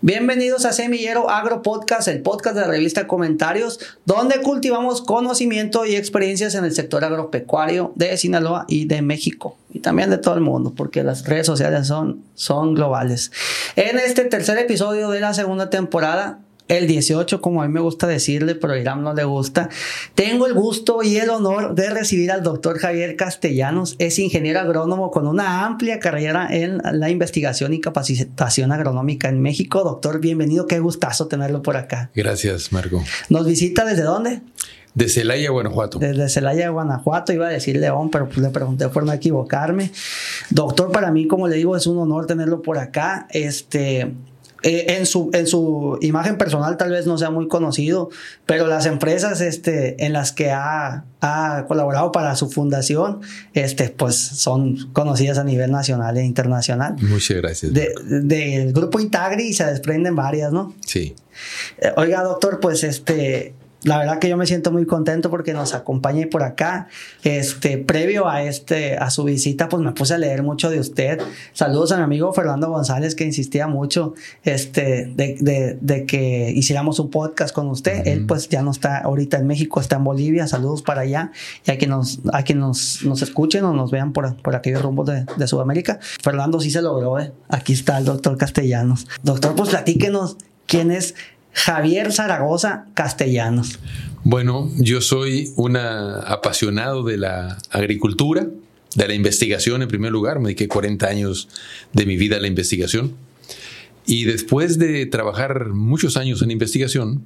Bienvenidos a Semillero Agro Podcast, el podcast de la revista Comentarios, donde cultivamos conocimiento y experiencias en el sector agropecuario de Sinaloa y de México, y también de todo el mundo, porque las redes sociales son globales. En este tercer episodio de la segunda temporada, el 18, como a mí me gusta decirle, pero a Irán no le gusta, tengo el gusto y el honor de recibir al doctor Javier Castellanos. Es ingeniero agrónomo con una amplia carrera en la investigación y capacitación agronómica en México. Doctor, bienvenido, qué gustazo tenerlo por acá. Gracias, Marco. ¿Nos visita desde dónde? De Celaya, Guanajuato. Desde Celaya, Guanajuato, iba a decir León, pero pues le pregunté por no equivocarme. Doctor, para mí, como le digo, es un honor tenerlo por acá. En su imagen personal tal vez no sea muy conocido, pero las empresas en las que ha colaborado para su fundación, pues son conocidas a nivel nacional e internacional. Muchas gracias. Del grupo Intagri se desprenden varias, ¿no? Sí. Oiga, doctor, pues la verdad que yo me siento muy contento porque nos acompañe por acá. Previo a su visita, pues me puse a leer mucho de usted. Saludos a mi amigo Fernando González, que insistía mucho de que hiciéramos un podcast con usted. Él pues ya no está ahorita en México, está en Bolivia. Saludos para allá y a quienes nos escuchen o nos vean por aquellos rumbos de Sudamérica. Fernando sí se logró, Aquí está el doctor Castellanos. Doctor, pues platíquenos quién es Javier Zaragoza Castellanos. Bueno, yo soy un apasionado de la agricultura, de la investigación en primer lugar. Me dediqué 40 años de mi vida a la investigación. Y después de trabajar muchos años en investigación,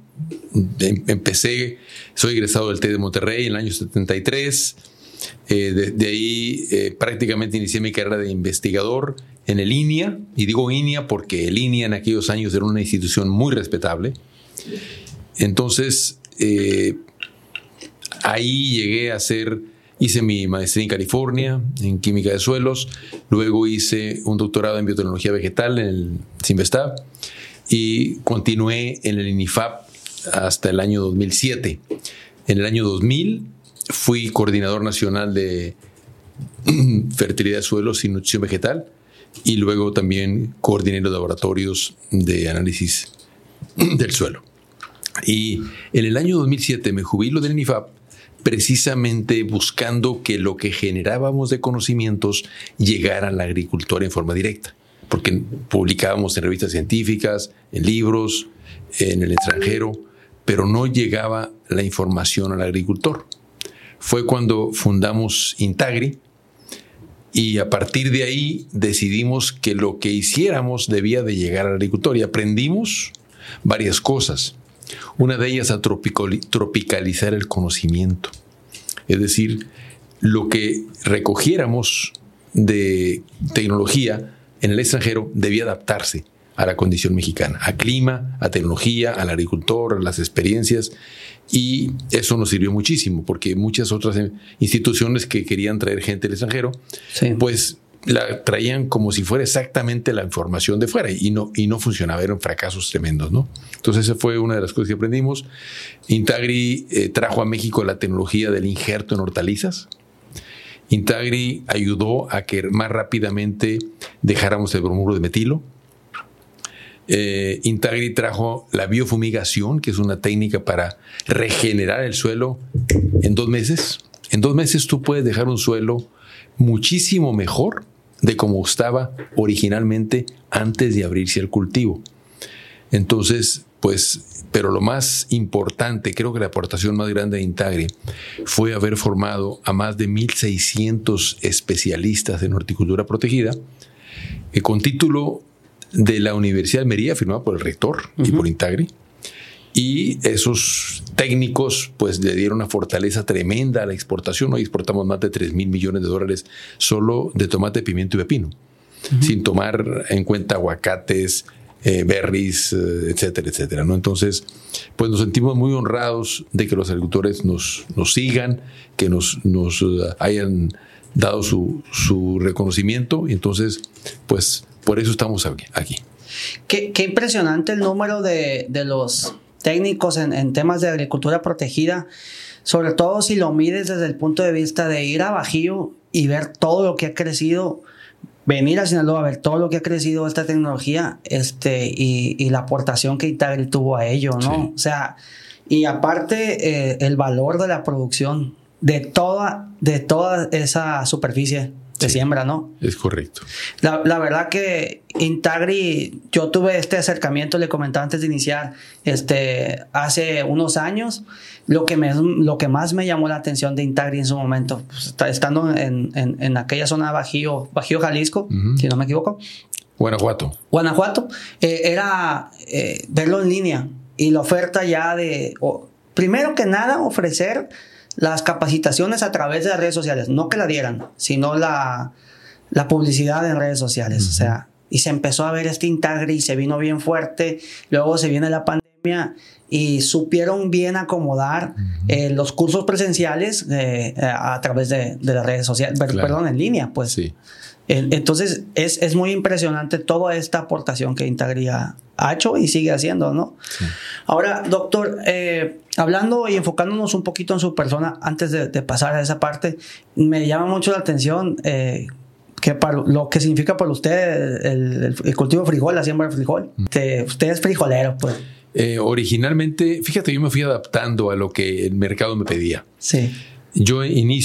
soy egresado del TEC de Monterrey en el año 73. De ahí prácticamente inicié mi carrera de investigador en el INIA, y digo INIA porque el INIA en aquellos años era una institución muy respetable. Entonces, ahí hice mi maestría en California, en química de suelos, luego hice un doctorado en biotecnología vegetal en el CINVESTAB y continué en el INIFAP hasta el año 2007. En el año 2000 fui coordinador nacional de fertilidad de suelos y nutrición vegetal, y luego también coordiné los laboratorios de análisis del suelo. Y en el año 2007 me jubilo del INIFAP precisamente buscando que lo que generábamos de conocimientos llegara a la agricultura en forma directa, porque publicábamos en revistas científicas, en libros, en el extranjero, pero no llegaba la información al agricultor. Fue cuando fundamos Intagri, y a partir de ahí decidimos que lo que hiciéramos debía de llegar al agricultor, y aprendimos varias cosas. Una de ellas a tropicalizar el conocimiento. Es decir, lo que recogiéramos de tecnología en el extranjero debía adaptarse a la condición mexicana, a clima, a tecnología, al agricultor, a las experiencias. Y eso nos sirvió muchísimo, porque muchas otras instituciones que querían traer gente del extranjero, sí, pues la traían como si fuera exactamente la información de fuera, y no funcionaba, eran fracasos tremendos, ¿no? Entonces esa fue una de las cosas que aprendimos. Intagri trajo a México la tecnología del injerto en hortalizas. Intagri ayudó a que más rápidamente dejáramos el bromuro de metilo. Intagri trajo la biofumigación, que es una técnica para regenerar el suelo en 2 meses. En 2 meses tú puedes dejar un suelo muchísimo mejor de como estaba originalmente antes de abrirse el cultivo. Entonces, pues, pero lo más importante, creo que la aportación más grande de Intagri fue haber formado a más de 1,600 especialistas en horticultura protegida, con título de la Universidad de Almería, firmado por el rector y por Intagri. Y esos técnicos pues le dieron una fortaleza tremenda a la exportación. Hoy exportamos más de $3,000 millones solo de tomate, pimiento y pepino, sin tomar en cuenta aguacates, berries, etcétera, etcétera, ¿no? Entonces, pues nos sentimos muy honrados de que los agricultores nos sigan, que nos hayan dado su reconocimiento. Y entonces, pues por eso estamos aquí. Qué impresionante el número de los técnicos en temas de agricultura protegida, sobre todo si lo mides desde el punto de vista de ir a Bajío y ver todo lo que ha crecido venir a Sinaloa a ver todo lo que ha crecido esta tecnología, y la aportación que Intagri tuvo a ello, ¿no? Sí. O sea, y aparte el valor de la producción de toda esa superficie de siembra, ¿no? Es correcto. La verdad que Intagri, yo tuve este acercamiento, le comentaba antes de iniciar, hace unos años. Lo que más me llamó la atención de Intagri en su momento, pues, estando en aquella zona de Bajío, Jalisco, si no me equivoco. Guanajuato, era verlo en línea y la oferta ya primero que nada, ofrecer las capacitaciones a través de las redes sociales, no que la dieran, sino la publicidad en redes sociales. O sea, y se empezó a ver Intagri y se vino bien fuerte. Luego se viene la pandemia y supieron bien acomodar los cursos presenciales a través de las redes sociales, perdón, en línea, pues. Sí. Entonces es muy impresionante toda esta aportación que Intagri ha hecho y sigue haciendo, ¿no? Sí. Ahora, doctor, hablando y enfocándonos un poquito en su persona, antes de pasar a esa parte, me llama mucho la atención que para lo que significa para usted el cultivo de frijol, la siembra de frijol. Usted es frijolero, pues. Originalmente, fíjate, yo me fui adaptando a lo que el mercado me pedía. Sí. Yo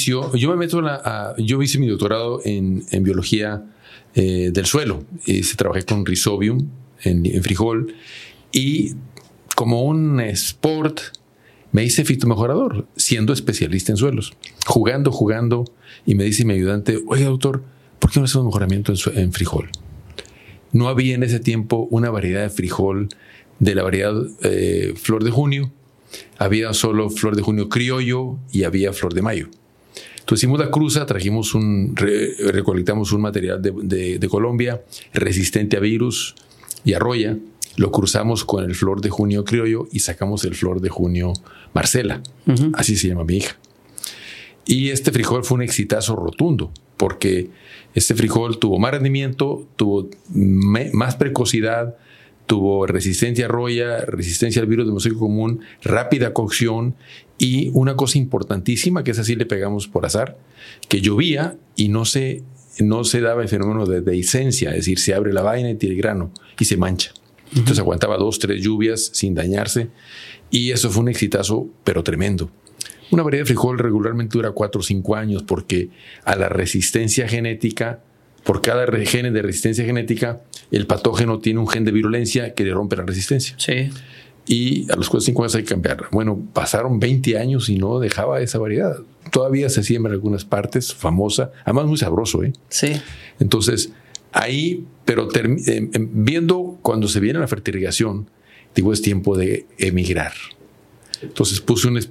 hice mi doctorado en biología del suelo. Trabajé con Rhizobium en frijol y como un sport me hice fitomejorador, siendo especialista en suelos, jugando, y me dice mi ayudante, oye doctor, ¿por qué no hacemos mejoramiento en frijol? No había en ese tiempo una variedad de frijol de la variedad Flor de Junio. Había solo Flor de Junio criollo y había Flor de Mayo. Entonces hicimos la cruza, recolectamos un material de Colombia resistente a virus y a roya, lo cruzamos con el Flor de Junio criollo y sacamos el Flor de Junio Marcela. Así se llama mi hija. Y este frijol fue un exitazo rotundo, porque este frijol tuvo más rendimiento, tuvo más precocidad, tuvo resistencia a roya, resistencia al virus de mosaico común, rápida cocción y una cosa importantísima, que es así le pegamos por azar, que llovía y no se daba el fenómeno de dehiscencia, es decir, se abre la vaina y tiene grano y se mancha. Entonces aguantaba 2, 3 lluvias sin dañarse y eso fue un exitazo, pero tremendo. Una variedad de frijol regularmente dura 4 o 5 años porque a la resistencia genética, por cada gen de resistencia genética, el patógeno tiene un gen de virulencia que le rompe la resistencia. Sí. Y a los 4 o 5 años hay que cambiarla. Bueno, pasaron 20 años y no dejaba esa variedad. Todavía se siembra en algunas partes, famosa, además muy sabroso, ¿eh? Sí. Entonces, ahí, pero viendo cuando se viene la fertilización, digo, es tiempo de emigrar. Entonces puse un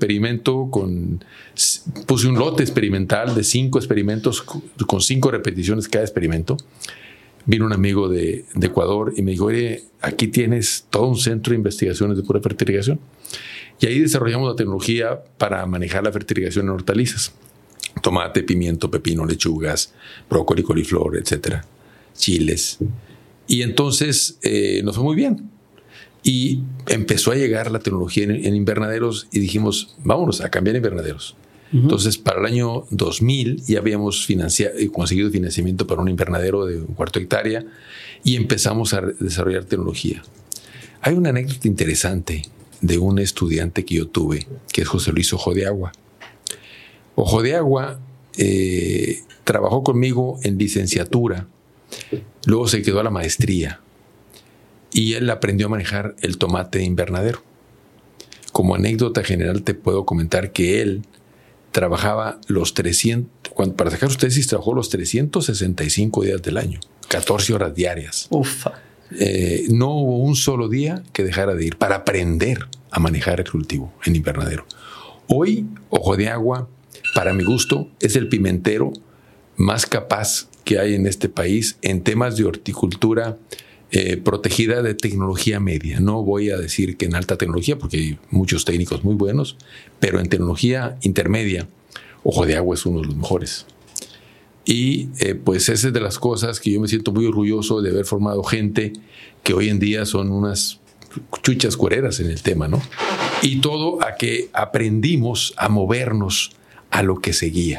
lote experimental de 5 experimentos con 5 repeticiones cada experimento. Vino un amigo de Ecuador y me dijo, oye, aquí tienes todo un centro de investigaciones de pura fertilización. Y ahí desarrollamos la tecnología para manejar la fertilización en hortalizas. Tomate, pimiento, pepino, lechugas, brócoli, coliflor, etcétera, chiles. Y entonces nos fue muy bien. Y empezó a llegar la tecnología en invernaderos y dijimos, vámonos a cambiar invernaderos. Entonces, para el año 2000 ya habíamos conseguido financiamiento para un invernadero de 1/4 hectárea y empezamos a desarrollar tecnología. Hay una anécdota interesante de un estudiante que yo tuve, que es José Luis Ojo de Agua. Ojo de Agua trabajó conmigo en licenciatura, luego se quedó a la maestría. Y él aprendió a manejar el tomate invernadero. Como anécdota general te puedo comentar que él trabajaba para sacar su tesis trabajó los 365 días del año, 14 horas diarias. Ufa. No hubo un solo día que dejara de ir para aprender a manejar el cultivo en invernadero. Hoy, Ojo de Agua, para mi gusto, es el pimentero más capaz que hay en este país en temas de horticultura protegida de tecnología media. No voy a decir que en alta tecnología, porque hay muchos técnicos muy buenos, pero en tecnología intermedia, Ojo de Agua es uno de los mejores. Y pues esa es de las cosas que yo me siento muy orgulloso de haber formado gente que hoy en día son unas chuchas cuereras en el tema, ¿no? Y todo a que aprendimos a movernos a lo que seguía.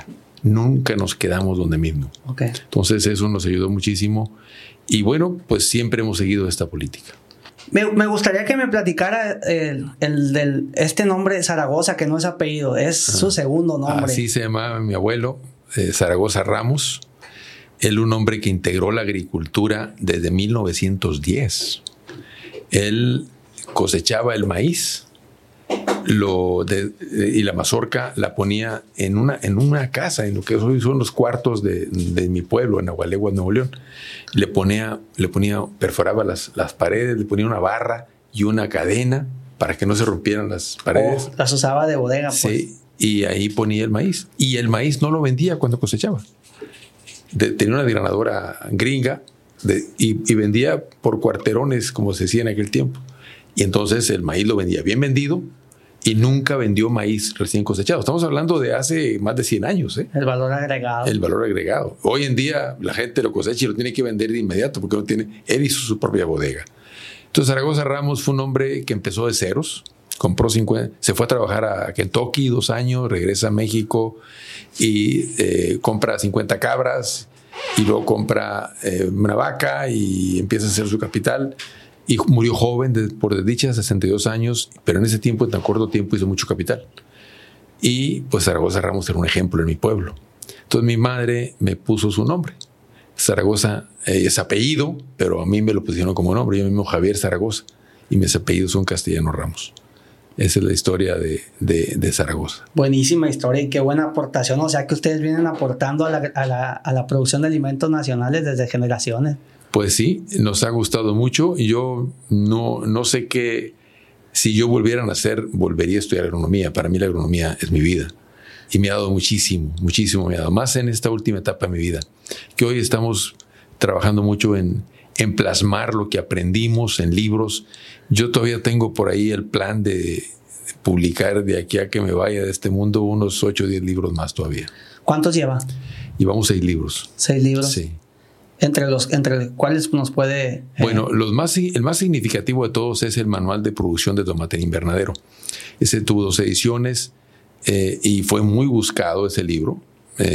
nunca nos quedamos donde mismo. Okay. Entonces eso nos ayudó muchísimo y bueno, pues siempre hemos seguido esta política. Me gustaría que me platicara este nombre de Zaragoza, que no es apellido, es su segundo nombre. Así se llamaba mi abuelo, Zaragoza Ramos. Él, un hombre que integró la agricultura desde 1910. Él cosechaba el maíz y la mazorca la ponía en una casa, en lo que hoy son los cuartos de mi pueblo, en Agualeguas, Nuevo León. Perforaba las paredes, le ponía una barra y una cadena para que no se rompieran las paredes. Las usaba de bodega, pues. Sí, y ahí ponía el maíz. Y el maíz no lo vendía cuando cosechaba. Tenía una desgranadora gringa y vendía por cuarterones, como se decía en aquel tiempo. Y entonces el maíz lo vendía bien vendido y nunca vendió maíz recién cosechado. Estamos hablando de hace más de 100 años. El valor agregado. El valor agregado. Hoy en día la gente lo cosecha y lo tiene que vender de inmediato porque no tiene. Él hizo su propia bodega. Entonces Zaragoza Ramos fue un hombre que empezó de ceros, compró 50, se fue a trabajar a Kentucky 2 años, regresa a México y compra 50 cabras y luego compra una vaca y empieza a hacer su capital. Y murió joven, por desdicha, 62 años, pero en ese tiempo, en tan corto tiempo, hizo mucho capital. Y pues Zaragoza Ramos era un ejemplo en mi pueblo. Entonces mi madre me puso su nombre. Zaragoza es apellido, pero a mí me lo pusieron como nombre. Yo me llamo Javier Zaragoza y mis apellidos son Castellano Ramos. Esa es la historia de Zaragoza. Buenísima historia y qué buena aportación. O sea que ustedes vienen aportando a la producción de alimentos nacionales desde generaciones. Pues sí, nos ha gustado mucho y yo no sé qué, si yo volviera a nacer, volvería a estudiar agronomía. Para mí la agronomía es mi vida y me ha dado muchísimo, me ha dado más en esta última etapa de mi vida, que hoy estamos trabajando mucho en plasmar lo que aprendimos en libros. Yo todavía tengo por ahí el plan de publicar de aquí a que me vaya de este mundo unos 8 o 10 libros más todavía. ¿Cuántos lleva? Llevamos 6 libros. 6 libros. Sí. ¿Entre cuáles nos puede...? Bueno, el más significativo de todos es el Manual de Producción de Tomate en Invernadero. Ese tuvo 2 ediciones y fue muy buscado ese libro.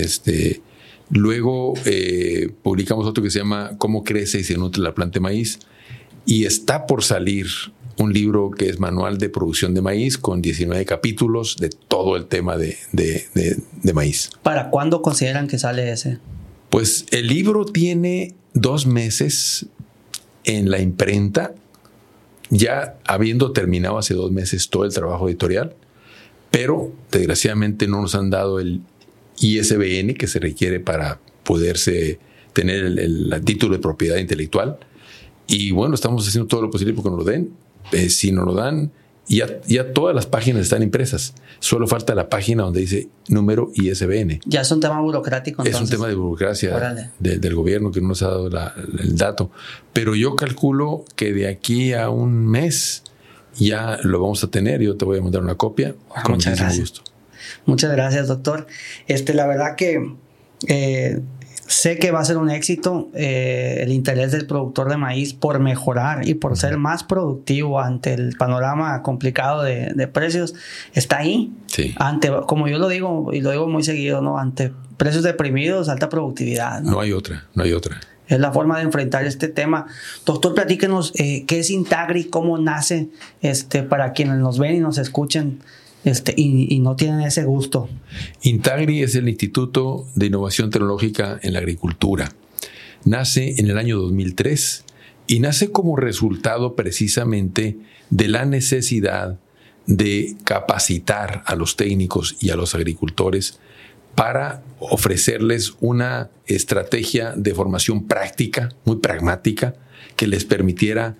Luego publicamos otro que se llama Cómo crece y se nutre la planta de maíz. Y está por salir un libro que es Manual de Producción de Maíz con 19 capítulos de todo el tema de maíz. ¿Para cuándo consideran que sale ese? Pues el libro tiene 2 meses en la imprenta, ya habiendo terminado hace 2 meses todo el trabajo editorial, pero desgraciadamente no nos han dado el ISBN que se requiere para poderse tener el título de propiedad intelectual. Y bueno, estamos haciendo todo lo posible porque nos lo den. Si nos lo dan, ya todas las páginas están impresas. Solo falta la página donde dice número ISBN. Ya es un tema burocrático, entonces. Es un tema de burocracia del gobierno que no nos ha dado el dato. Pero yo calculo que de aquí a un mes ya lo vamos a tener. Yo te voy a mandar una copia. Con muchas gracias. Gusto. Muchas gracias, doctor. La verdad que sé que va a ser un éxito el interés del productor de maíz por mejorar y por ser más productivo ante el panorama complicado de precios. Está ahí. Sí. Como yo lo digo, y lo digo muy seguido, ¿no? Ante precios deprimidos, alta productividad. No hay otra. Es la forma de enfrentar este tema. Doctor, platíquenos qué es Intagri, cómo nace, para quienes nos ven y nos escuchen. Y no tienen ese gusto. Intagri es el Instituto de Innovación Tecnológica en la Agricultura. Nace en el año 2003 y nace como resultado precisamente de la necesidad de capacitar a los técnicos y a los agricultores para ofrecerles una estrategia de formación práctica, muy pragmática, que les permitiera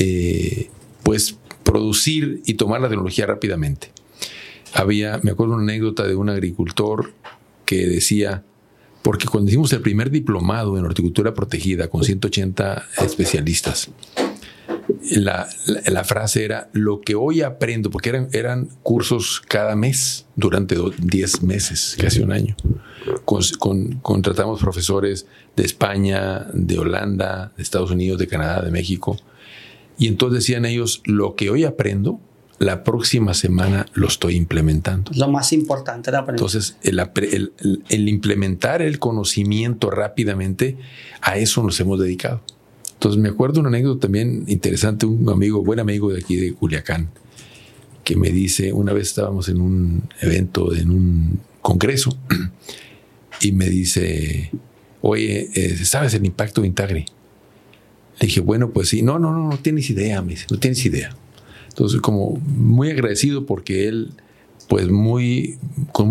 producir y tomar la tecnología rápidamente. Me acuerdo una anécdota de un agricultor que decía, porque cuando hicimos el primer diplomado en horticultura protegida con 180 especialistas, la frase era, lo que hoy aprendo, porque eran cursos cada mes durante 10 meses, casi un año. Contratamos profesores de España, de Holanda, de Estados Unidos, de Canadá, de México, y entonces decían ellos, lo que hoy aprendo la próxima semana lo estoy implementando. Lo más importante era aprender. Entonces, el implementar el conocimiento rápidamente, a eso nos hemos dedicado. Entonces, me acuerdo una anécdota también interesante, un amigo, buen amigo de aquí de Culiacán, que me dice, una vez estábamos en un evento, en un congreso, y me dice, oye, ¿sabes el impacto de Intagri? Le dije, bueno, pues sí. No tienes idea, me dice, no tienes idea. Entonces, como muy agradecido porque él, pues con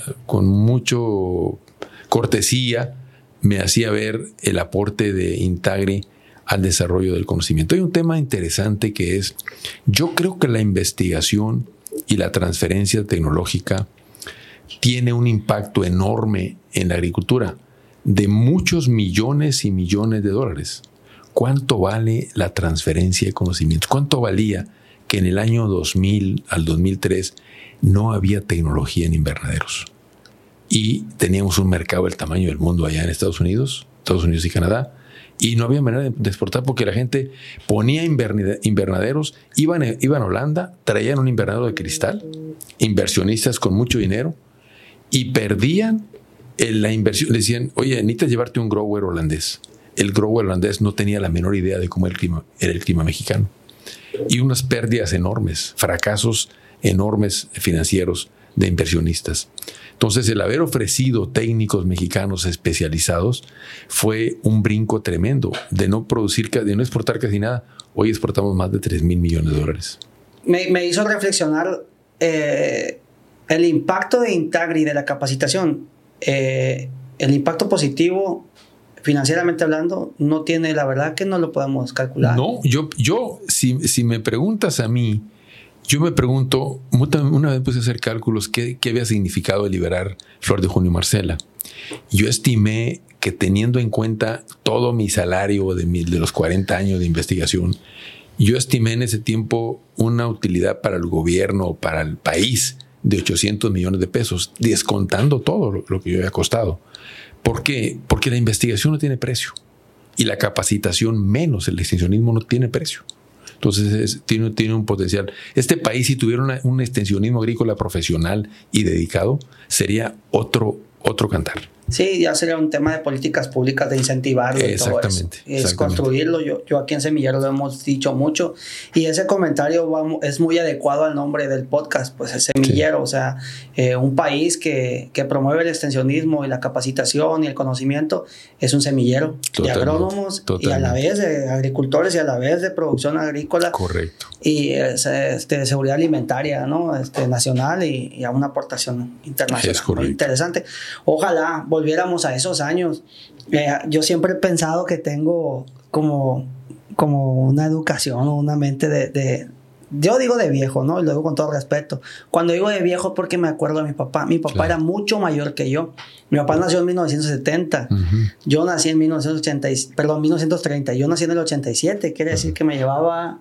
mucho cortesía, me hacía ver el aporte de Intagri al desarrollo del conocimiento. Hay un tema interesante que es, yo creo que la investigación y la transferencia tecnológica tiene un impacto enorme en la agricultura de muchos millones y millones de dólares. ¿Cuánto vale la transferencia de conocimientos? ¿Cuánto valía que en el año 2000 al 2003 no había tecnología en invernaderos? Y teníamos un mercado del tamaño del mundo allá en Estados Unidos y Canadá, y no había manera de exportar porque la gente ponía invernaderos, iban a Holanda, traían un invernadero de cristal, inversionistas con mucho dinero, y perdían la inversión. Le decían, oye, necesitas llevarte un grower holandés. El grower holandés no tenía la menor idea de cómo era el clima mexicano. Y unas pérdidas enormes, fracasos enormes financieros de inversionistas. Entonces, el haber ofrecido técnicos mexicanos especializados fue un brinco tremendo de no exportar casi nada. Hoy exportamos más de 3,000 millones de dólares. Me hizo reflexionar el impacto de Intagri, de la capacitación. El impacto positivo, financieramente hablando, no tiene, la verdad que no lo podemos calcular. No, yo si me preguntas a mí, yo me pregunto, una vez puse a hacer cálculos, ¿qué había significado liberar Flor de Junio y Marcela? Yo estimé que, teniendo en cuenta todo mi salario de los 40 años de investigación, yo estimé en ese tiempo una utilidad para el gobierno, para el país, de 800 millones de pesos, descontando todo lo que yo había costado. ¿Por qué? Porque la investigación no tiene precio y la capacitación menos, el extensionismo no tiene precio. Entonces tiene un potencial. Este país, si tuviera un extensionismo agrícola profesional y dedicado, sería otro cantar. Sí, ya sería un tema de políticas públicas de incentivarlo. Exactamente. Y todo eso. Es construirlo. Yo aquí en Semillero lo hemos dicho mucho. Y ese comentario es muy adecuado al nombre del podcast, pues el Semillero. Sí. O sea, un país que promueve el extensionismo y la capacitación y el conocimiento es un semillero. Totalmente, de agrónomos y a la vez de agricultores y a la vez de producción agrícola. Correcto. Y de seguridad alimentaria, ¿no? Nacional y a una aportación internacional. Es correcto. Muy interesante. Ojalá volviéramos a esos años. Yo siempre he pensado que tengo como una educación o una mente yo digo de viejo, ¿no? Y lo digo con todo respeto. Cuando digo de viejo es porque me acuerdo de mi papá. Mi papá era mucho mayor que yo. Mi papá nació en 1970. Yo nací en 1930. Yo nací en el 87. Quiere decir que me llevaba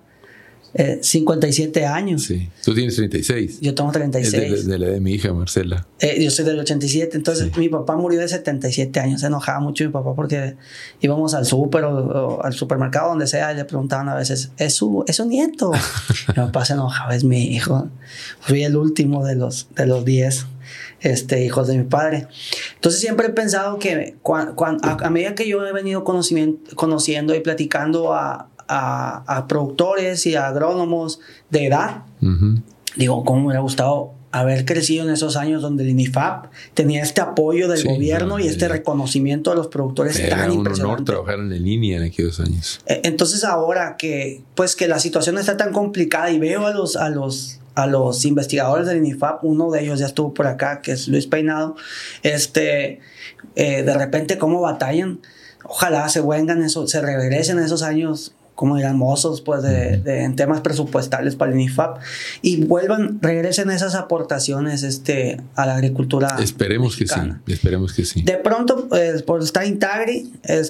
57 años. Sí. Tú tienes 36. Yo tengo 36. Es de la de mi hija Marcela. Yo soy del 87. Entonces mi papá murió de 77 años. Se enojaba mucho mi papá porque íbamos al súper o al supermercado, donde sea, y le preguntaban a veces, ¿es su nieto? Mi papá se enojaba, es mi hijo. Fui el último de los 10 hijos de mi padre. Entonces siempre he pensado que a medida que yo he venido conociendo y platicando a productores y a agrónomos de edad, digo, cómo me hubiera gustado haber crecido en esos años donde el INIFAP tenía este apoyo del gobierno y este reconocimiento a los productores tan impresionante. Era un honor trabajar en línea en aquellos años. Entonces ahora que la situación está tan complicada y veo a los investigadores del INIFAP, uno de ellos ya estuvo por acá, que es Luis Peinado, de repente cómo batallan. Ojalá se regresen a esos años, como dirán, mozos, pues en temas presupuestales para el INIFAP, y regresen esas aportaciones a la agricultura. Esperemos mexicana. Esperemos que sí. De pronto, por estar Intagri,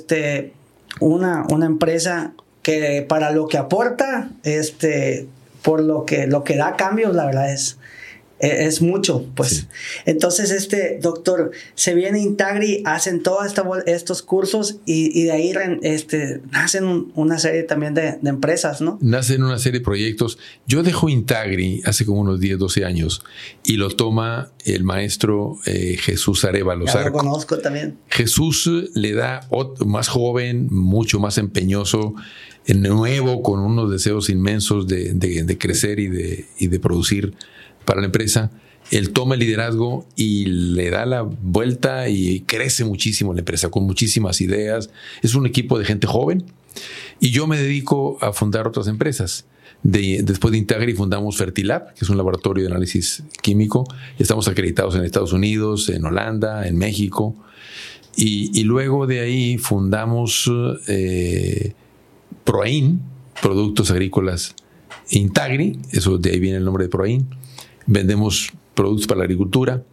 una empresa que para lo que aporta, por lo que da cambios, la verdad es es mucho, pues. Sí. Entonces, doctor, se viene Intagri, hacen todos estos cursos y de ahí nacen una serie también de empresas, ¿no? Nacen una serie de proyectos. Yo dejo Intagri hace como unos 10, 12 años y lo toma el maestro Jesús Arévalo Zarco. Lo conozco también. Jesús le da más joven, mucho más empeñoso, nuevo, con unos deseos inmensos de crecer y de producir para la empresa. Él toma el liderazgo y le da la vuelta y crece muchísimo la empresa, con muchísimas ideas. Es un equipo de gente joven y yo me dedico a fundar otras empresas. Después de Intagri fundamos Fertilab, que es un laboratorio de análisis químico. Estamos acreditados en Estados Unidos, en Holanda, en México. Y luego de ahí fundamos Proain, Productos Agrícolas Intagri, eso de ahí viene el nombre de Proain. Vendemos productos para la agricultura,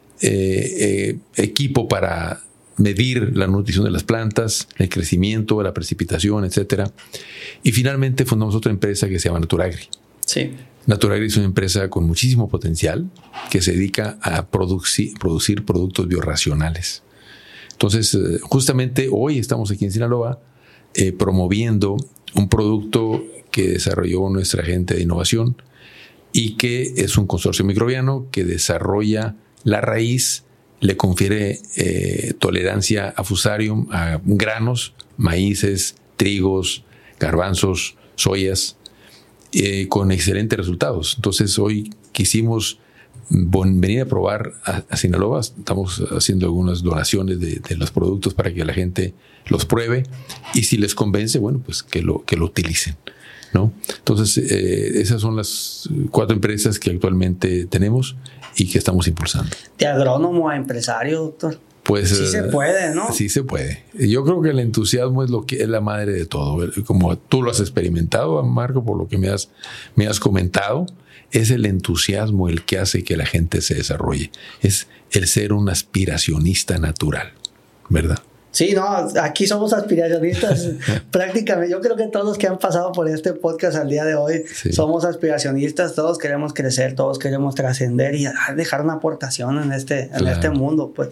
equipo para medir la nutrición de las plantas, el crecimiento, la precipitación, etcétera. Y finalmente fundamos otra empresa que se llama Naturagri. Sí. Naturagri es una empresa con muchísimo potencial que se dedica a producir productos biorracionales. Entonces, justamente hoy estamos aquí en Sinaloa promoviendo un producto que desarrolló nuestra gente de innovación y que es un consorcio microbiano que desarrolla la raíz, le confiere tolerancia a Fusarium, a granos, maíces, trigos, garbanzos, soyas, con excelentes resultados. Entonces hoy quisimos venir a probar a Sinaloa. Estamos haciendo algunas donaciones de los productos para que la gente los pruebe y si les convence, bueno, pues que lo utilicen, ¿no? Entonces esas son las 4 empresas que actualmente tenemos y que estamos impulsando. De agrónomo a empresario, doctor. Pues sí se puede, ¿no? Sí se puede. Yo creo que el entusiasmo es lo que es la madre de todo. Como tú lo has experimentado, Marco, por lo que me has comentado, es el entusiasmo el que hace que la gente se desarrolle. Es el ser un aspiracionista natural, ¿verdad? Sí, no, aquí somos aspiracionistas prácticamente. Yo creo que todos los que han pasado por este podcast al día de hoy somos aspiracionistas. Todos queremos crecer, todos queremos trascender y dejar una aportación en este mundo. Pues,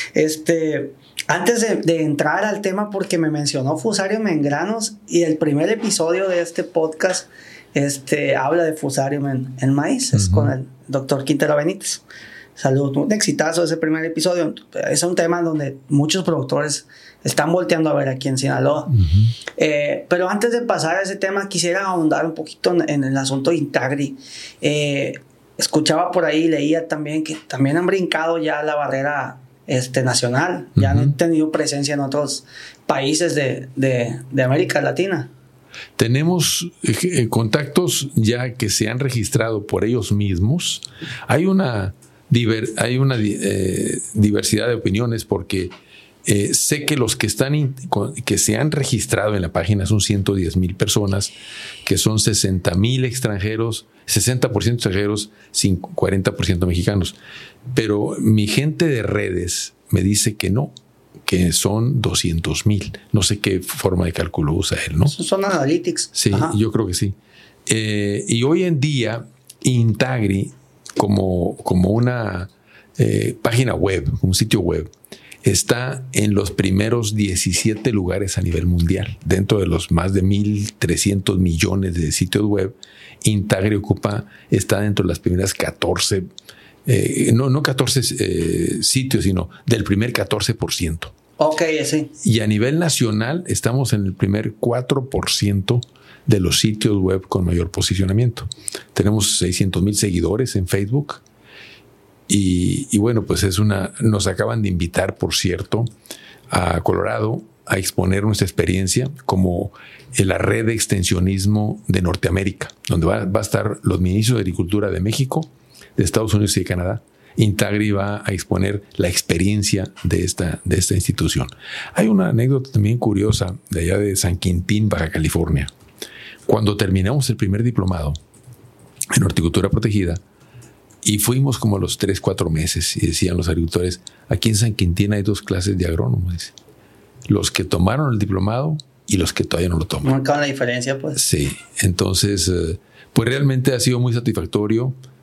antes de entrar al tema, porque me mencionó Fusarium en granos y el primer episodio de este podcast habla de Fusarium en maíz, es con el doctor Quintero Benítez. Salud, un exitazo ese primer episodio. Es un tema donde muchos productores están volteando a ver aquí en Sinaloa. Pero antes de pasar a ese tema, quisiera ahondar un poquito en el asunto de Intagri. Escuchaba por ahí, leía también que también han brincado ya la barrera nacional. Ya han tenido presencia en otros países de América Latina. Tenemos contactos ya que se han registrado por ellos mismos. Hay una diversidad de opiniones porque sé que los que se han registrado en la página son 110,000 personas, que son 60,000 extranjeros, 60% extranjeros, 40% mexicanos. Pero mi gente de redes me dice que no, que son 200,000. No sé qué forma de cálculo usa él, ¿no? Son analytics. Sí, yo creo que sí. Y hoy en día, Intagri, como una página web, un sitio web, está en los primeros 17 lugares a nivel mundial. Dentro de los más de 1,300 millones de sitios web, Intagri está dentro de las primeras 14, no 14 sitios, sino del primer 14%. Ok, sí. Y a nivel nacional estamos en el primer 4% de los sitios web con mayor posicionamiento. Tenemos 600,000 seguidores en Facebook y bueno, pues nos acaban de invitar, por cierto, a Colorado a exponer nuestra experiencia como la red de extensionismo de Norteamérica, donde va a estar los ministros de Agricultura de México, de Estados Unidos y de Canadá. Intagri va a exponer la experiencia de esta institución. Hay una anécdota también curiosa de allá de San Quintín, Baja California. Cuando terminamos el primer diplomado en horticultura protegida y fuimos como a los 3-4 meses y decían los agricultores, aquí en San Quintín hay 2 clases de agrónomos. Los que tomaron el diplomado y los que todavía no lo toman. Marcaban la diferencia, pues. Sí, entonces, pues realmente ha sido muy satisfactorio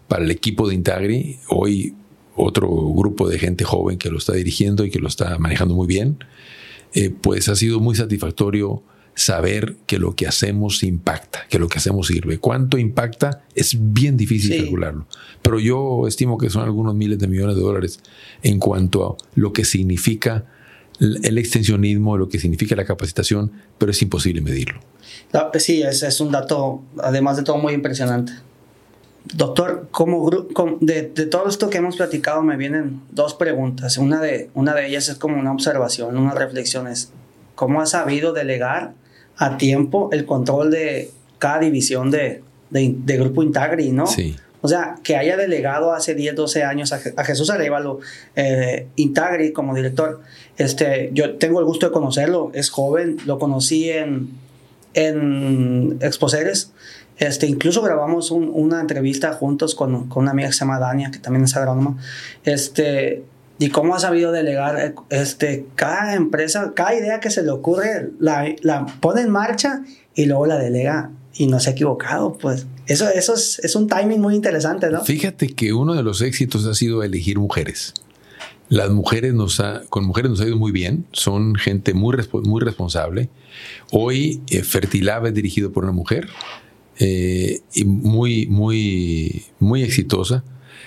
para el equipo de Intagri. Hoy otro grupo de gente joven que lo está dirigiendo y que lo está manejando muy bien. Pues ha sido muy satisfactorio saber que lo que hacemos impacta, que lo que hacemos sirve. ¿Cuánto impacta? Es bien difícil calcularlo. Pero yo estimo que son algunos miles de millones de dólares en cuanto a lo que significa el extensionismo, lo que significa la capacitación, pero es imposible medirlo. Sí, es un dato, además de todo, muy impresionante. Doctor, de todo esto que hemos platicado me vienen dos preguntas. Una de ellas es como una observación, unas reflexiones. ¿Cómo ha sabido delegar a tiempo el control de cada división de Grupo Intagri, ¿no? Sí. O sea, que haya delegado hace 10, 12 años a Jesús Arévalo, Intagri como director. Yo tengo el gusto de conocerlo, es joven, lo conocí en Exposeres. Incluso grabamos una entrevista juntos con una amiga que se llama Dania, que también es agrónoma. Y cómo ha sabido delegar cada empresa, cada idea que se le ocurre, la pone en marcha y luego la delega y no se ha equivocado. Pues eso es un timing muy interesante, ¿no? Fíjate que uno de los éxitos ha sido elegir mujeres. Las mujeres con mujeres nos ha ido muy bien, son gente muy responsable. Hoy Fertilab es dirigido por una mujer y muy exitosa.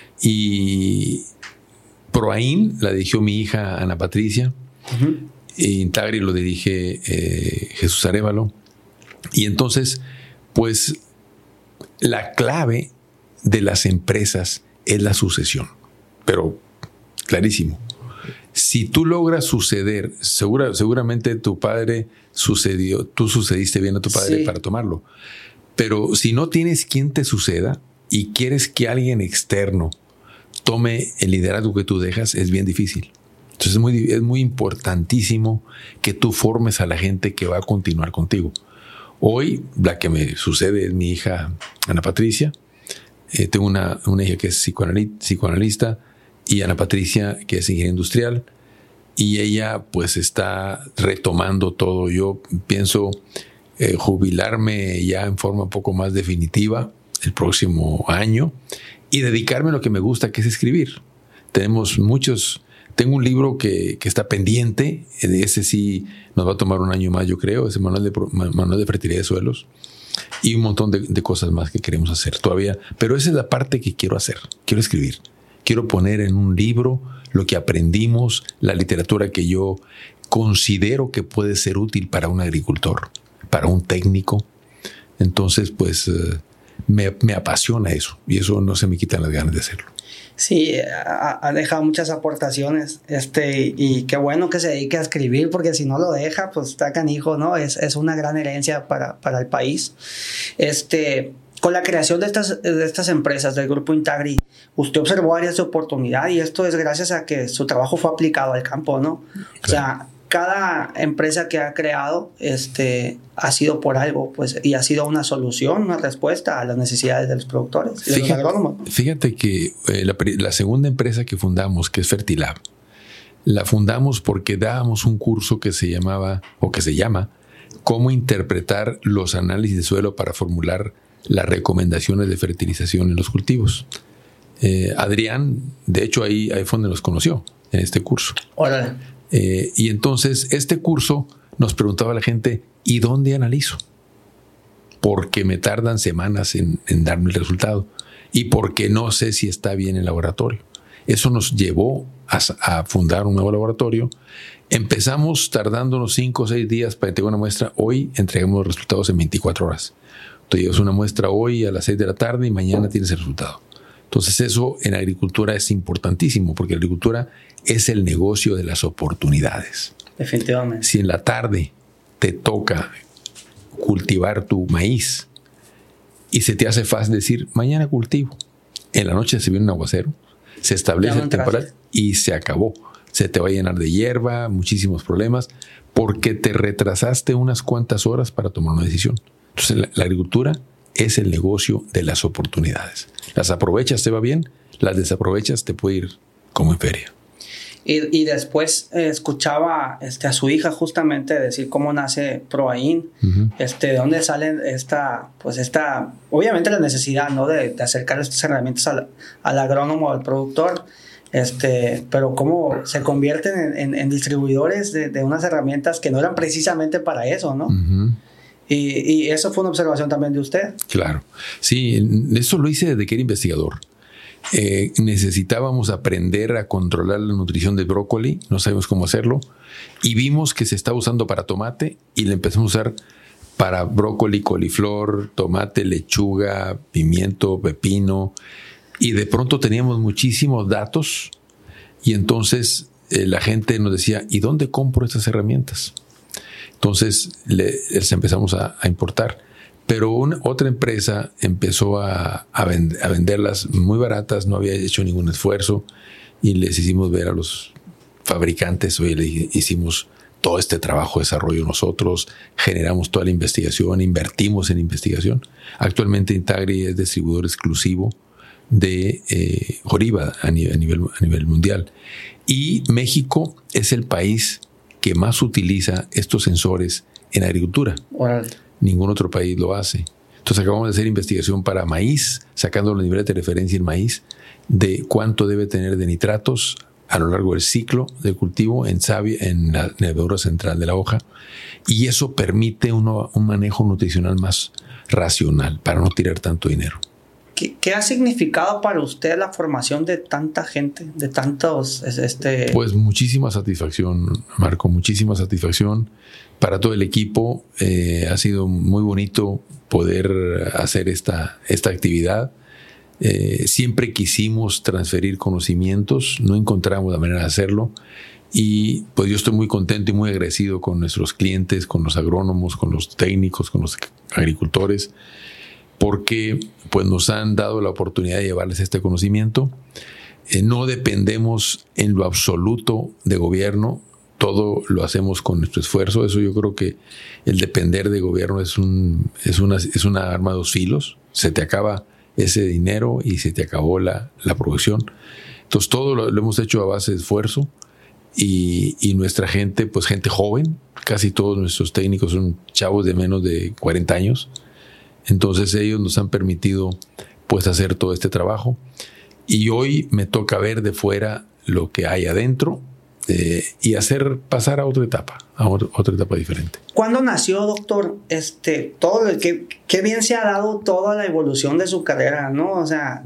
Y Proain la dirigió mi hija Ana Patricia. Uh-huh. Intagri lo dirige Jesús Arévalo. Y entonces, pues, la clave de las empresas es la sucesión. Pero, clarísimo. Si tú logras suceder, seguramente tu padre sucedió, tú sucediste bien a tu padre para tomarlo. Pero si no tienes quien te suceda y quieres que alguien externo tome el liderazgo que tú dejas, es bien difícil. Entonces es muy importantísimo que tú formes a la gente que va a continuar contigo. Hoy la que me sucede es mi hija Ana Patricia. Tengo una hija que es psicoanalista y Ana Patricia que es ingeniera industrial, y ella pues está retomando todo. Yo pienso jubilarme ya en forma un poco más definitiva el próximo año y dedicarme a lo que me gusta, que es escribir. Tengo un libro que está pendiente, ese sí nos va a tomar un año más, yo creo, ese manual de fertilidad de suelos, y un montón de cosas más que queremos hacer todavía, pero esa es la parte que quiero hacer. Quiero escribir, quiero poner en un libro lo que aprendimos, la literatura que yo considero que puede ser útil para un agricultor, para un técnico. Entonces, pues me apasiona eso, y eso no se me quitan las ganas de hacerlo. Sí, ha dejado muchas aportaciones, y qué bueno que se dedique a escribir, porque si no lo deja, pues está canijo, ¿no? Es una gran herencia para el país. Con la creación de estas empresas del Grupo Intagri, usted observó áreas de oportunidad, y esto es gracias a que su trabajo fue aplicado al campo, ¿no? Claro. O sea, cada empresa que ha creado ha sido por algo, pues, y ha sido una solución, una respuesta a las necesidades de los productores y de los agrónomos. Fíjate que la segunda empresa que fundamos, que es Fertilab, la fundamos porque dábamos un curso que se llama Cómo interpretar los análisis de suelo para formular las recomendaciones de fertilización en los cultivos. Adrián, de hecho, ahí fue donde nos conoció, en este curso. Órale. Y entonces este curso nos preguntaba a la gente, ¿y dónde analizo? Porque me tardan semanas en darme el resultado, y porque no sé si está bien el laboratorio. Eso nos llevó a fundar un nuevo laboratorio. Empezamos tardándonos 5 o 6 días para entregar una muestra. Hoy entregamos los resultados en 24 horas. Tú llevas una muestra hoy a las 6 de la tarde y mañana tienes el resultado. Entonces eso en agricultura es importantísimo, porque la agricultura es el negocio de las oportunidades. Definitivamente. Si en la tarde te toca cultivar tu maíz y se te hace fácil decir, mañana cultivo, en la noche se viene un aguacero, se establece el temporal y se acabó. Se te va a llenar de hierba, muchísimos problemas, porque te retrasaste unas cuantas horas para tomar una decisión. Entonces la agricultura es el negocio de las oportunidades. Las aprovechas, te va bien; las desaprovechas, te puede ir como en feria. Y después escuchaba a su hija justamente decir cómo nace ProAIN, de dónde salen obviamente la necesidad, ¿no? de acercar estas herramientas al agrónomo, al productor, pero cómo se convierten en distribuidores de unas herramientas que no eran precisamente para eso, ¿no? Y eso fue una observación también de usted. Claro, sí, eso lo hice desde que era investigador. Necesitábamos aprender a controlar la nutrición del brócoli, no sabemos cómo hacerlo, y vimos que se estaba usando para tomate y le empezamos a usar para brócoli, coliflor, tomate, lechuga, pimiento, pepino, y de pronto teníamos muchísimos datos y entonces la gente nos decía, ¿y dónde compro estas herramientas? Entonces les empezamos a importar. Pero otra empresa empezó a venderlas muy baratas, no había hecho ningún esfuerzo y les hicimos ver a los fabricantes, oye, le hicimos todo este trabajo de desarrollo nosotros, generamos toda la investigación, invertimos en investigación. Actualmente Intagri es distribuidor exclusivo de Joriba a nivel mundial. Y México es el país que más utiliza estos sensores en agricultura. Wow. Ningún otro país lo hace. Entonces acabamos de hacer investigación para maíz, sacando los niveles de referencia en maíz, de cuánto debe tener de nitratos a lo largo del ciclo de cultivo en la nervadura central de la hoja. Y eso permite un manejo nutricional más racional para no tirar tanto dinero. ¿Qué ha significado para usted la formación de tanta gente, de tantos? Pues muchísima satisfacción, Marco, muchísima satisfacción para todo el equipo. Ha sido muy bonito poder hacer esta actividad. Siempre quisimos transferir conocimientos, no encontramos la manera de hacerlo. Y pues yo estoy muy contento y muy agradecido con nuestros clientes, con los agrónomos, con los técnicos, con los agricultores, porque pues nos han dado la oportunidad de llevarles este conocimiento. No dependemos en lo absoluto de gobierno, todo lo hacemos con nuestro esfuerzo. Eso yo creo que el depender de gobierno es una arma de dos filos. Se te acaba ese dinero y se te acabó la producción. Entonces todo lo hemos hecho a base de esfuerzo y nuestra gente, pues gente joven, casi todos nuestros técnicos son chavos de menos de 40 años. Entonces ellos nos han permitido pues hacer todo este trabajo y hoy me toca ver de fuera lo que hay adentro y hacer pasar a otra etapa diferente. ¿Cuándo nació, doctor? Qué bien se ha dado toda la evolución de su carrera, ¿no? O sea,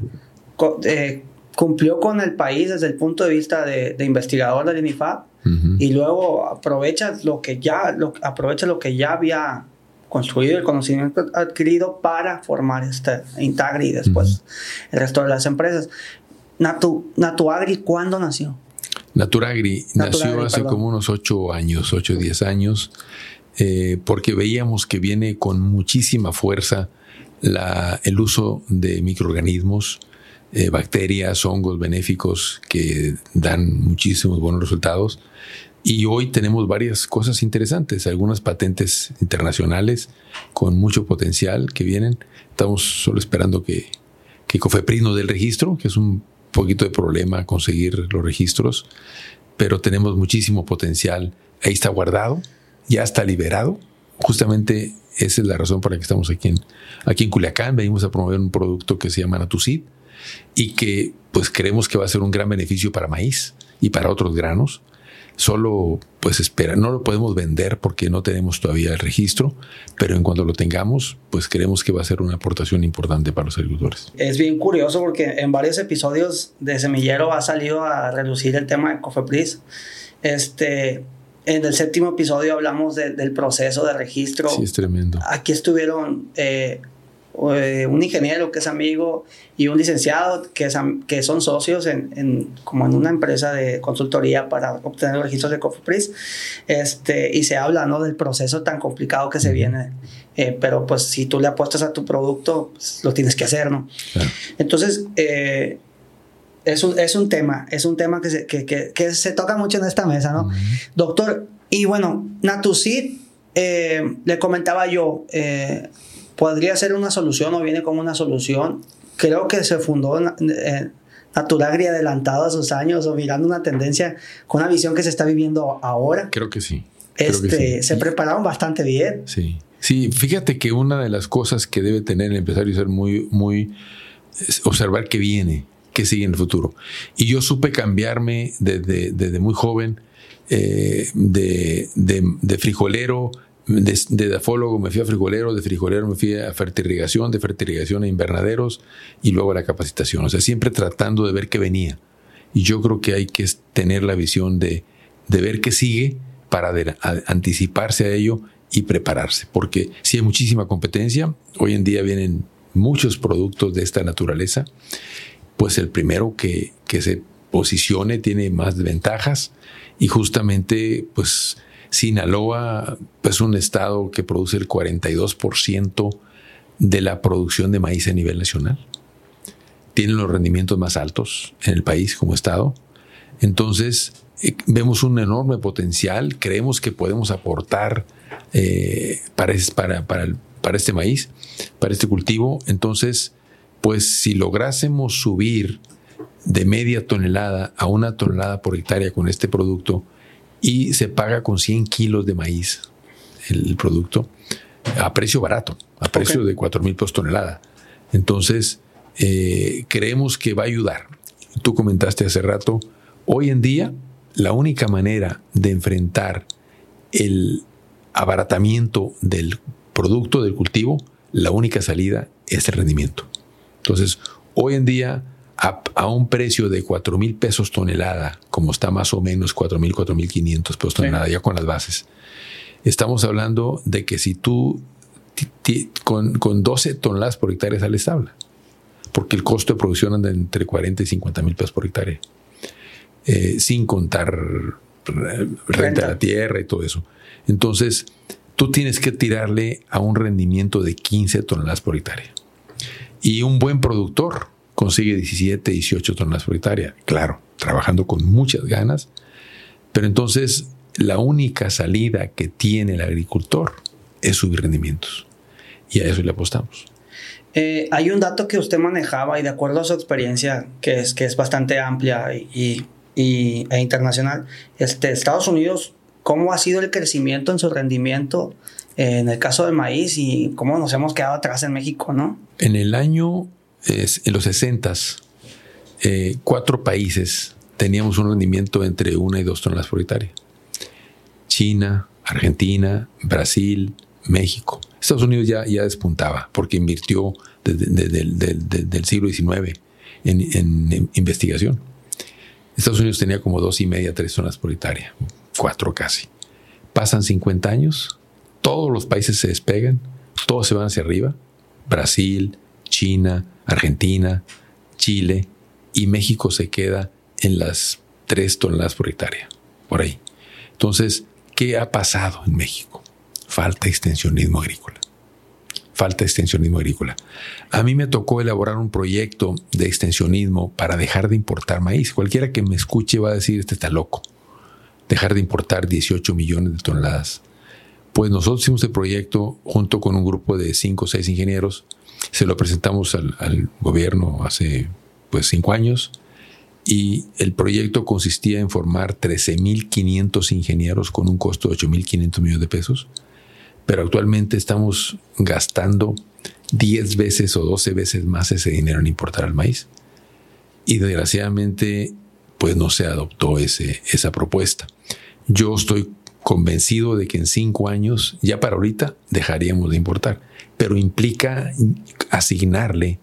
cumplió con el país desde el punto de vista de investigador del INIFAP y luego aprovecha lo que ya había construido, el conocimiento adquirido para formar Intagri y después el resto de las empresas. Natuagri, ¿cuándo nació? Naturagri nació hace como unos 8 o 10 años, porque veíamos que viene con muchísima fuerza el uso de microorganismos, bacterias, hongos benéficos que dan muchísimos buenos resultados. Y hoy tenemos varias cosas interesantes, algunas patentes internacionales con mucho potencial que vienen. Estamos solo esperando que COFEPRIS nos dé el registro, que es un poquito de problema conseguir los registros, pero tenemos muchísimo potencial. Ahí está guardado, ya está liberado. Justamente esa es la razón por la que estamos aquí en Culiacán. Venimos a promover un producto que se llama Natuseed y que pues creemos que va a ser un gran beneficio para maíz y para otros granos. Solo pues no lo podemos vender porque no tenemos todavía el registro, pero en cuanto lo tengamos, pues creemos que va a ser una aportación importante para los agricultores. Es bien curioso porque en varios episodios de Semillero ha salido a relucir el tema de COFEPRIS. En el 7º episodio hablamos del proceso de registro. Sí, es tremendo. Aquí estuvieron un ingeniero que es amigo y un licenciado que son socios como en una empresa de consultoría para obtener los registros de COFEPRIS, y se habla, ¿no?, del proceso tan complicado que se viene, pero pues si tú le apuestas a tu producto, pues, lo tienes que hacer, ¿no? Claro. Entonces es un tema que se toca mucho en esta mesa, ¿no? Doctor, y bueno, Natuseed, le comentaba yo, podría ser una solución o viene como una solución. Creo que se fundó natural y adelantado a sus años o mirando una tendencia con una visión que se está viviendo ahora. Creo que sí. Se prepararon bastante bien. Sí. Sí, fíjate que una de las cosas que debe tener el empresario es ser muy observar qué viene, qué sigue en el futuro. Y yo supe cambiarme desde muy joven, de frijolero, de dafólogo me fui a frijolero, de frijolero me fui a fertirrigación, de fertirrigación a invernaderos y luego a la capacitación. O sea, siempre tratando de ver qué venía. Y yo creo que hay que tener la visión de ver qué sigue para anticiparse a ello y prepararse, porque sí hay muchísima competencia. Hoy en día vienen muchos productos de esta naturaleza, pues el primero que se posicione tiene más ventajas, y justamente pues Sinaloa es un estado que produce el 42% de la producción de maíz a nivel nacional. Tiene los rendimientos más altos en el país como estado. Entonces vemos un enorme potencial, creemos que podemos aportar para este maíz, para este cultivo. Entonces, pues si lográsemos subir de media tonelada a 1 tonelada por hectárea con este producto, y se paga con 100 kilos de maíz el producto, a precio barato, a precio de 4,000 pesos tonelada. Entonces, creemos que va a ayudar. Tú comentaste hace rato, hoy en día, la única manera de enfrentar el abaratamiento del producto, del cultivo, la única salida es el rendimiento. Entonces, hoy en día, a un precio de 4,000 pesos tonelada, como está más o menos 4,000, 4,500 pesos tonelada, ya con las bases, estamos hablando de que si tú con 12 toneladas por hectárea sales tabla, porque el costo de producción anda entre 40 y 50 mil pesos por hectárea, sin contar renta de la tierra y todo eso. Entonces, tú tienes que tirarle a un rendimiento de 15 toneladas por hectárea. Y un buen productor consigue 17, 18 toneladas por hectárea. Claro, trabajando con muchas ganas. Pero entonces, la única salida que tiene el agricultor es subir rendimientos. Y a eso le apostamos. Hay un dato que usted manejaba, y de acuerdo a su experiencia, que es bastante amplia e internacional, Estados Unidos, ¿cómo ha sido el crecimiento en su rendimiento en el caso del maíz y cómo nos hemos quedado atrás en México, ¿no? En el año, en los 60s, 4 países teníamos un rendimiento entre 1 y 2 toneladas por hectárea. China, Argentina, Brasil, México. Estados Unidos ya despuntaba porque invirtió desde el siglo XIX en investigación. Estados Unidos tenía como 2,5, 3 toneladas por hectárea, 4 casi. Pasan 50 años, todos los países se despegan, todos se van hacia arriba. Brasil, China, Argentina, Chile, y México se queda en las 3 toneladas por hectárea, por ahí. Entonces, ¿qué ha pasado en México? Falta extensionismo agrícola. Falta extensionismo agrícola. A mí me tocó elaborar un proyecto de extensionismo para dejar de importar maíz. Cualquiera que me escuche va a decir, este está loco. Dejar de importar 18 millones de toneladas. Pues nosotros hicimos el proyecto junto con un grupo de 5 o 6 ingenieros. Se lo presentamos al gobierno hace 5 años. Y el proyecto consistía en formar 13,500 ingenieros con un costo de 8,500 millones de pesos. Pero actualmente estamos gastando 10 veces o 12 veces más ese dinero en importar el maíz. Y desgraciadamente, pues no se adoptó esa propuesta. Yo estoy convencido de que en 5 años, ya para ahorita, dejaríamos de importar. Pero implica asignarle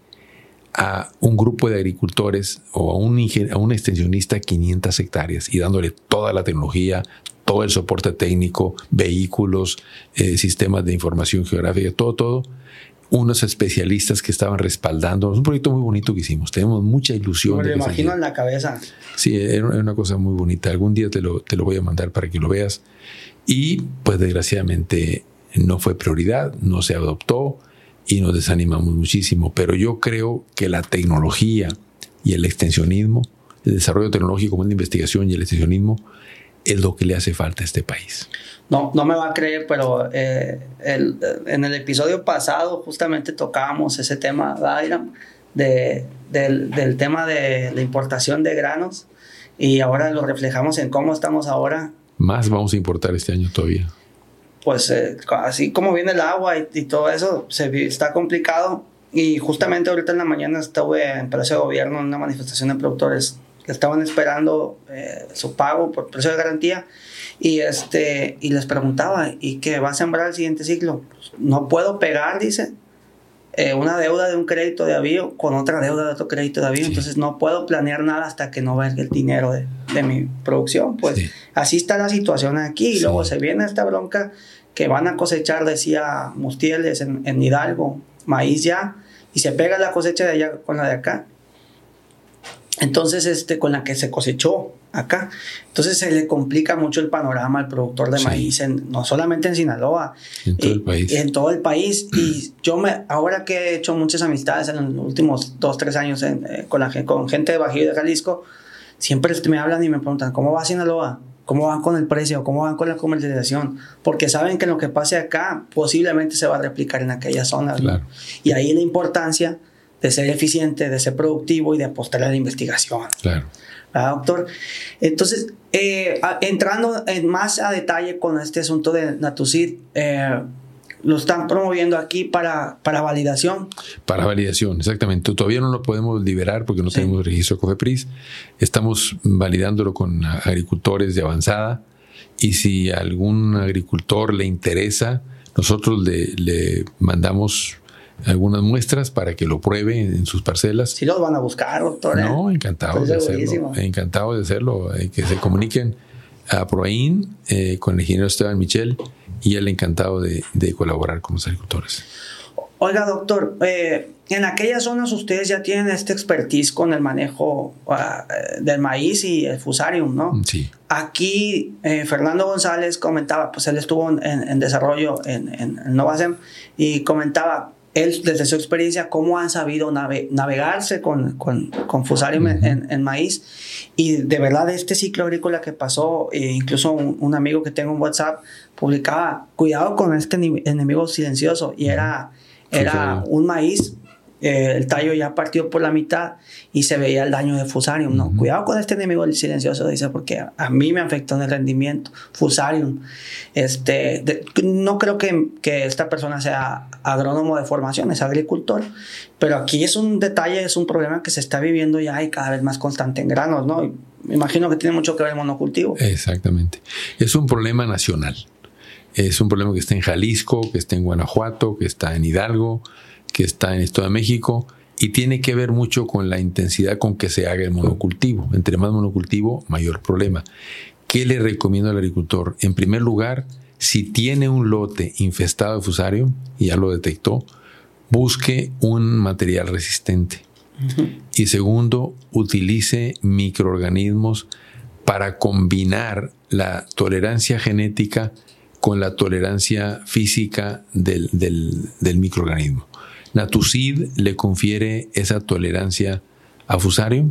a un grupo de agricultores o a un extensionista 500 hectáreas y dándole toda la tecnología, todo el soporte técnico, vehículos, sistemas de información geográfica, todo, unos especialistas que estaban respaldando. Es un proyecto muy bonito que hicimos. Tenemos mucha ilusión. Me lo imagino en la cabeza. Sí, era una cosa muy bonita. Algún día te lo voy a mandar para que lo veas. Y pues desgraciadamente no fue prioridad, no se adoptó y nos desanimamos muchísimo. Pero yo creo que la tecnología y el extensionismo, el desarrollo tecnológico, la investigación y el extensionismo, es lo que le hace falta a este país. No me va a creer, pero en el episodio pasado justamente tocábamos ese tema, Dairam, del tema de la importación de granos, y ahora lo reflejamos en cómo estamos ahora. Más vamos a importar este año todavía. Pues así como viene el agua y todo eso, está complicado. Y justamente ahorita en la mañana estuve en Palacio de Gobierno en una manifestación de productores que estaban esperando su pago por precio de garantía, y les preguntaba, ¿y qué va a sembrar el siguiente ciclo? Pues, no puedo pegar, dice, una deuda de un crédito de avío con otra deuda de otro crédito de avío, sí. Entonces no puedo planear nada hasta que no vea el dinero de mi producción. Pues sí. Así está la situación aquí, y sí. Luego se viene esta bronca que van a cosechar, decía Mustieles, en Hidalgo, maíz ya, y se pega la cosecha de allá con la de acá. Entonces, con la que se cosechó acá. Entonces se le complica mucho el panorama al productor de maíz, no solamente en Sinaloa, en todo el país. En todo el país. Y yo ahora que he hecho muchas amistades en los últimos 2-3 años con gente de Bajío y de Jalisco, siempre me hablan y me preguntan, ¿cómo va Sinaloa? ¿Cómo van con el precio? ¿Cómo van con la comercialización? Porque saben que lo que pase acá posiblemente se va a replicar en aquellas zonas. Claro. ¿No? Y ahí la importancia de ser eficiente, de ser productivo y de apostar a la investigación. Claro. ¿Verdad, doctor? Entonces, entrando más a detalle con este asunto de Natuseed, lo están promoviendo aquí para validación. Para validación, exactamente. Todavía no lo podemos liberar porque no tenemos registro COFEPRIS. Estamos validándolo con agricultores de avanzada, y si a algún agricultor le interesa, nosotros le mandamos algunas muestras para que lo pruebe en sus parcelas. Sí los van a buscar, doctor. No, encantados de hacerlo. Encantados de hacerlo. Que se comuniquen a Proain con el ingeniero Esteban Michel, y él encantado de colaborar con los agricultores. Oiga, doctor, en aquellas zonas ustedes ya tienen este expertise con el manejo del maíz y el fusarium, ¿no? Sí. Aquí Fernando González comentaba, pues él estuvo en desarrollo en Novacem, y comentaba él, desde su experiencia, cómo han sabido navegarse con fusarium en maíz. Y de verdad, este ciclo agrícola que pasó, incluso un amigo que tengo en WhatsApp publicaba, cuidado con este enemigo silencioso, y era un maíz, el tallo ya partido por la mitad y se veía el daño de fusarium, ¿no? Cuidado con este enemigo silencioso, dice, porque a mí me afectó en el rendimiento, fusarium. No creo que esta persona sea agrónomo de formación, es agricultor, pero aquí es un detalle, es un problema que se está viviendo ya y cada vez más constante en granos, ¿no? Y me imagino que tiene mucho que ver el monocultivo. Exactamente. Es un problema nacional. Es un problema que está en Jalisco, que está en Guanajuato, que está en Hidalgo, que está en Estado de México, y tiene que ver mucho con la intensidad con que se haga el monocultivo. Entre más monocultivo, mayor problema. ¿Qué le recomiendo al agricultor? En primer lugar, si tiene un lote infestado de fusarium y ya lo detectó, busque un material resistente. Y segundo, utilice microorganismos para combinar la tolerancia genética con la tolerancia física del microorganismo. Natuseed le confiere esa tolerancia a fusarium,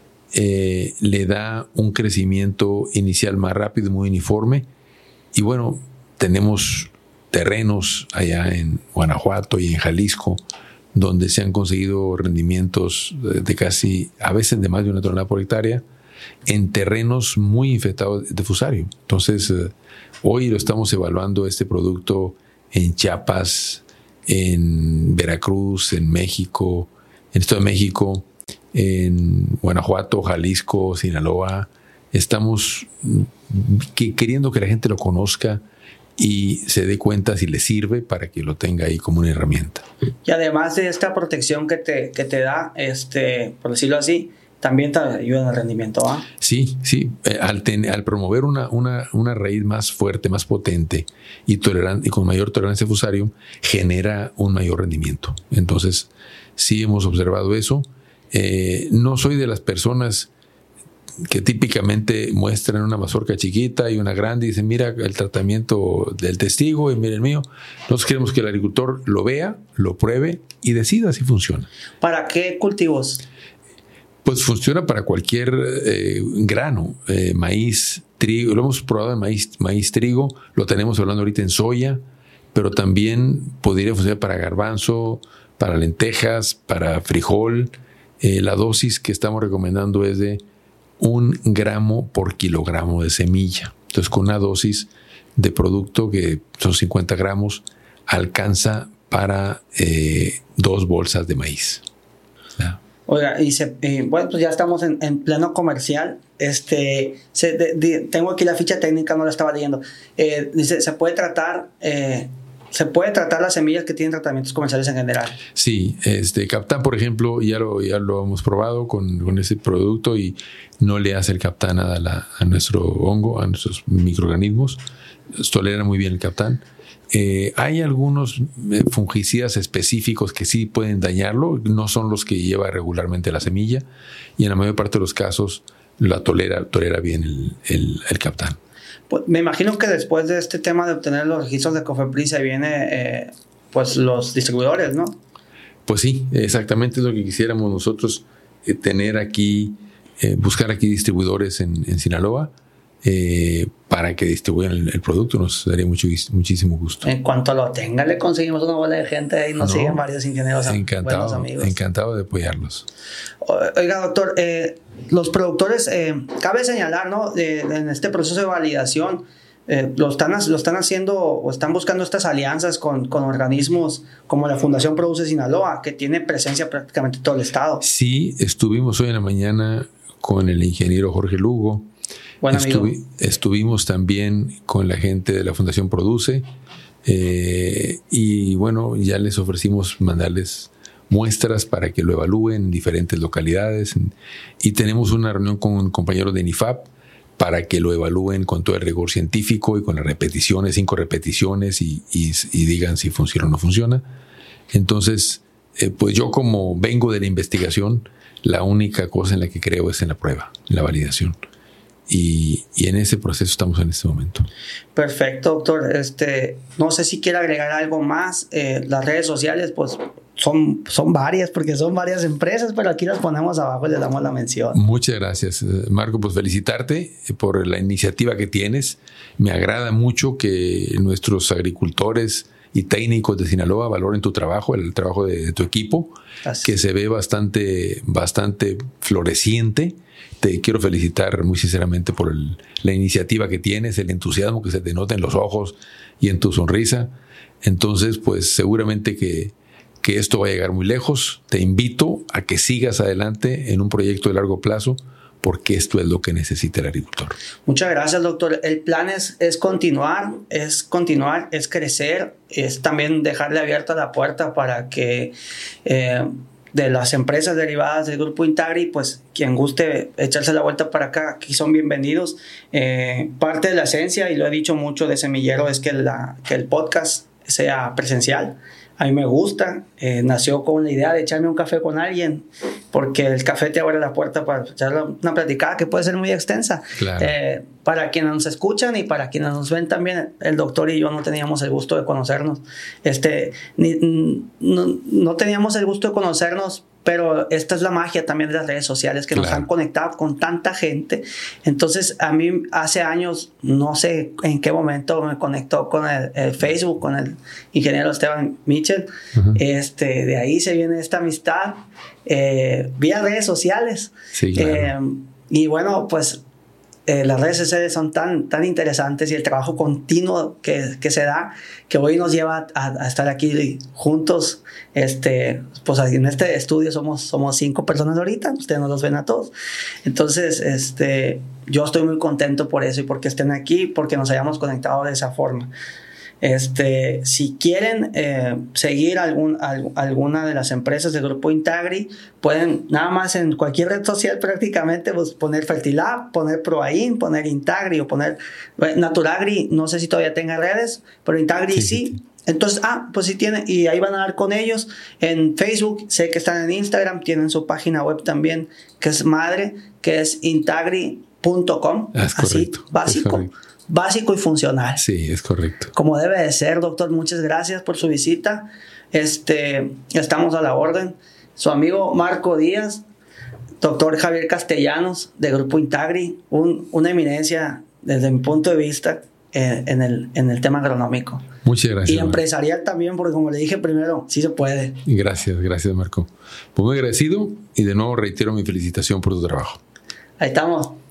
le da un crecimiento inicial más rápido y muy uniforme. Y bueno, tenemos terrenos allá en Guanajuato y en Jalisco donde se han conseguido rendimientos de casi, a veces de más de 1 tonelada por hectárea, en terrenos muy infectados de fusarium. Entonces, hoy lo estamos evaluando este producto en Chiapas, en Veracruz, en México, en Estado de México, en Guanajuato, Jalisco, Sinaloa. Estamos queriendo que la gente lo conozca y se dé cuenta si le sirve para que lo tenga ahí como una herramienta. Y además de esta protección que te da, por decirlo así, también te ayuda en el rendimiento, ¿ah? Sí. Al promover una raíz más fuerte, más potente y con mayor tolerancia a fusarium, genera un mayor rendimiento. Entonces, sí hemos observado eso. No soy de las personas que típicamente muestran una mazorca chiquita y una grande y dicen, mira el tratamiento del testigo y mira el mío. Nosotros queremos que el agricultor lo vea, lo pruebe y decida si funciona. ¿Para qué cultivos? Pues funciona para cualquier grano, maíz, trigo. Lo hemos probado en maíz, trigo, lo tenemos hablando ahorita en soya, pero también podría funcionar para garbanzo, para lentejas, para frijol. La dosis que estamos recomendando es de 1 gramo por kilogramo de semilla. Entonces, con una dosis de producto que son 50 gramos, alcanza para 2 bolsas de maíz. ¿Ya? Oiga, bueno, pues ya estamos en pleno comercial. Tengo aquí la ficha técnica, no la estaba leyendo. Dice, se puede tratar las semillas que tienen tratamientos comerciales en general. Sí, Captán, por ejemplo, ya lo hemos probado con ese producto y no le hace el Captán nada a nuestro hongo, a nuestros microorganismos. Tolera muy bien el Captán. Hay algunos fungicidas específicos que sí pueden dañarlo, no son los que lleva regularmente la semilla, y en la mayor parte de los casos la tolera bien el Captán. Pues me imagino que después de este tema de obtener los registros de Cofepris ahí viene pues los distribuidores, ¿no? Pues sí, exactamente es lo que quisiéramos nosotros, tener aquí, buscar aquí distribuidores en Sinaloa, para que distribuyan el producto. Nos daría muchísimo gusto. En cuanto lo tenga, le conseguimos una bola de gente y nos siguen varios ingenieros, buenos amigos. Encantado de apoyarlos. Oiga, doctor, los productores, cabe señalar, ¿no? En este proceso de validación, lo están haciendo o están buscando estas alianzas con organismos como la Fundación Produce Sinaloa, que tiene presencia prácticamente en todo el estado. Sí, estuvimos hoy en la mañana con el ingeniero Jorge Lugo. Buen amigo. Estuvimos también con la gente de la Fundación Produce, y bueno, ya les ofrecimos mandarles muestras para que lo evalúen en diferentes localidades, y tenemos una reunión con compañeros de INIFAP para que lo evalúen con todo el rigor científico y con las repeticiones, 5 repeticiones, y digan si funciona o no funciona. Entonces, pues yo, como vengo de la investigación, la única cosa en la que creo es en la prueba, en la validación. Y en ese proceso estamos en este momento. Perfecto, doctor. No sé si quiere agregar algo más. Las redes sociales, pues son varias, porque son varias empresas, pero aquí las ponemos abajo y les damos la mención. Muchas gracias, Marco. Pues felicitarte por la iniciativa que tienes. Me agrada mucho que nuestros agricultores y técnicos de Sinaloa valoren tu trabajo, el trabajo de tu equipo, que se ve bastante floreciente. Te quiero felicitar muy sinceramente por la iniciativa que tienes, el entusiasmo que se te nota en los ojos y en tu sonrisa. Entonces, pues seguramente que esto va a llegar muy lejos. Te invito a que sigas adelante en un proyecto de largo plazo, porque esto es lo que necesita el agricultor. Muchas gracias, doctor. El plan es continuar, es crecer, es también dejarle abierta la puerta para que de las empresas derivadas del Grupo Intagri, pues quien guste echarse la vuelta para acá, aquí son bienvenidos. Parte de la esencia, y lo he dicho mucho de Semillero, es que el podcast sea presencial. A mí me gusta, nació con la idea de echarme un café con alguien, porque el café te abre la puerta para echar una platicada que puede ser muy extensa. Claro. Para quienes nos escuchan y para quienes nos ven también, el doctor y yo no teníamos el gusto de conocernos. No teníamos el gusto de conocernos, pero esta es la magia también de las redes sociales, que nos han conectado con tanta gente. Entonces, a mí hace años, no sé en qué momento, me conectó con el Facebook, con el ingeniero Esteban Mitchell. Uh-huh. De ahí se viene esta amistad vía redes sociales. Sí, claro. Y bueno, pues las redes sociales son tan interesantes, y el trabajo continuo que se da, que hoy nos lleva a estar aquí juntos. Pues en este estudio somos 5 personas ahorita, ustedes no los ven a todos. Entonces, yo estoy muy contento por eso y porque estén aquí, porque nos hayamos conectado de esa forma. Si quieren seguir alguna de las empresas del Grupo Intagri, pueden nada más en cualquier red social prácticamente, pues, poner Fertilab, poner Proain, poner Intagri o poner Naturagri. No sé si todavía tenga redes, pero Intagri sí. Entonces, pues sí tienen, y ahí van a dar con ellos en Facebook. Sé que están en Instagram, tienen su página web también, que es madre, que es intagri.com. Es correcto. Así, básico. Es correcto. Básico y funcional. Sí, es correcto. Como debe de ser, doctor. Muchas gracias por su visita. Estamos a la orden. Su amigo Marco Díaz, doctor Javier Castellanos, de Grupo Intagri, una eminencia desde mi punto de vista, en el tema agronómico. Muchas gracias. Y empresarial también, porque como le dije primero, sí se puede. Gracias, Marco. Pues muy agradecido y de nuevo reitero mi felicitación por tu trabajo. Ahí estamos.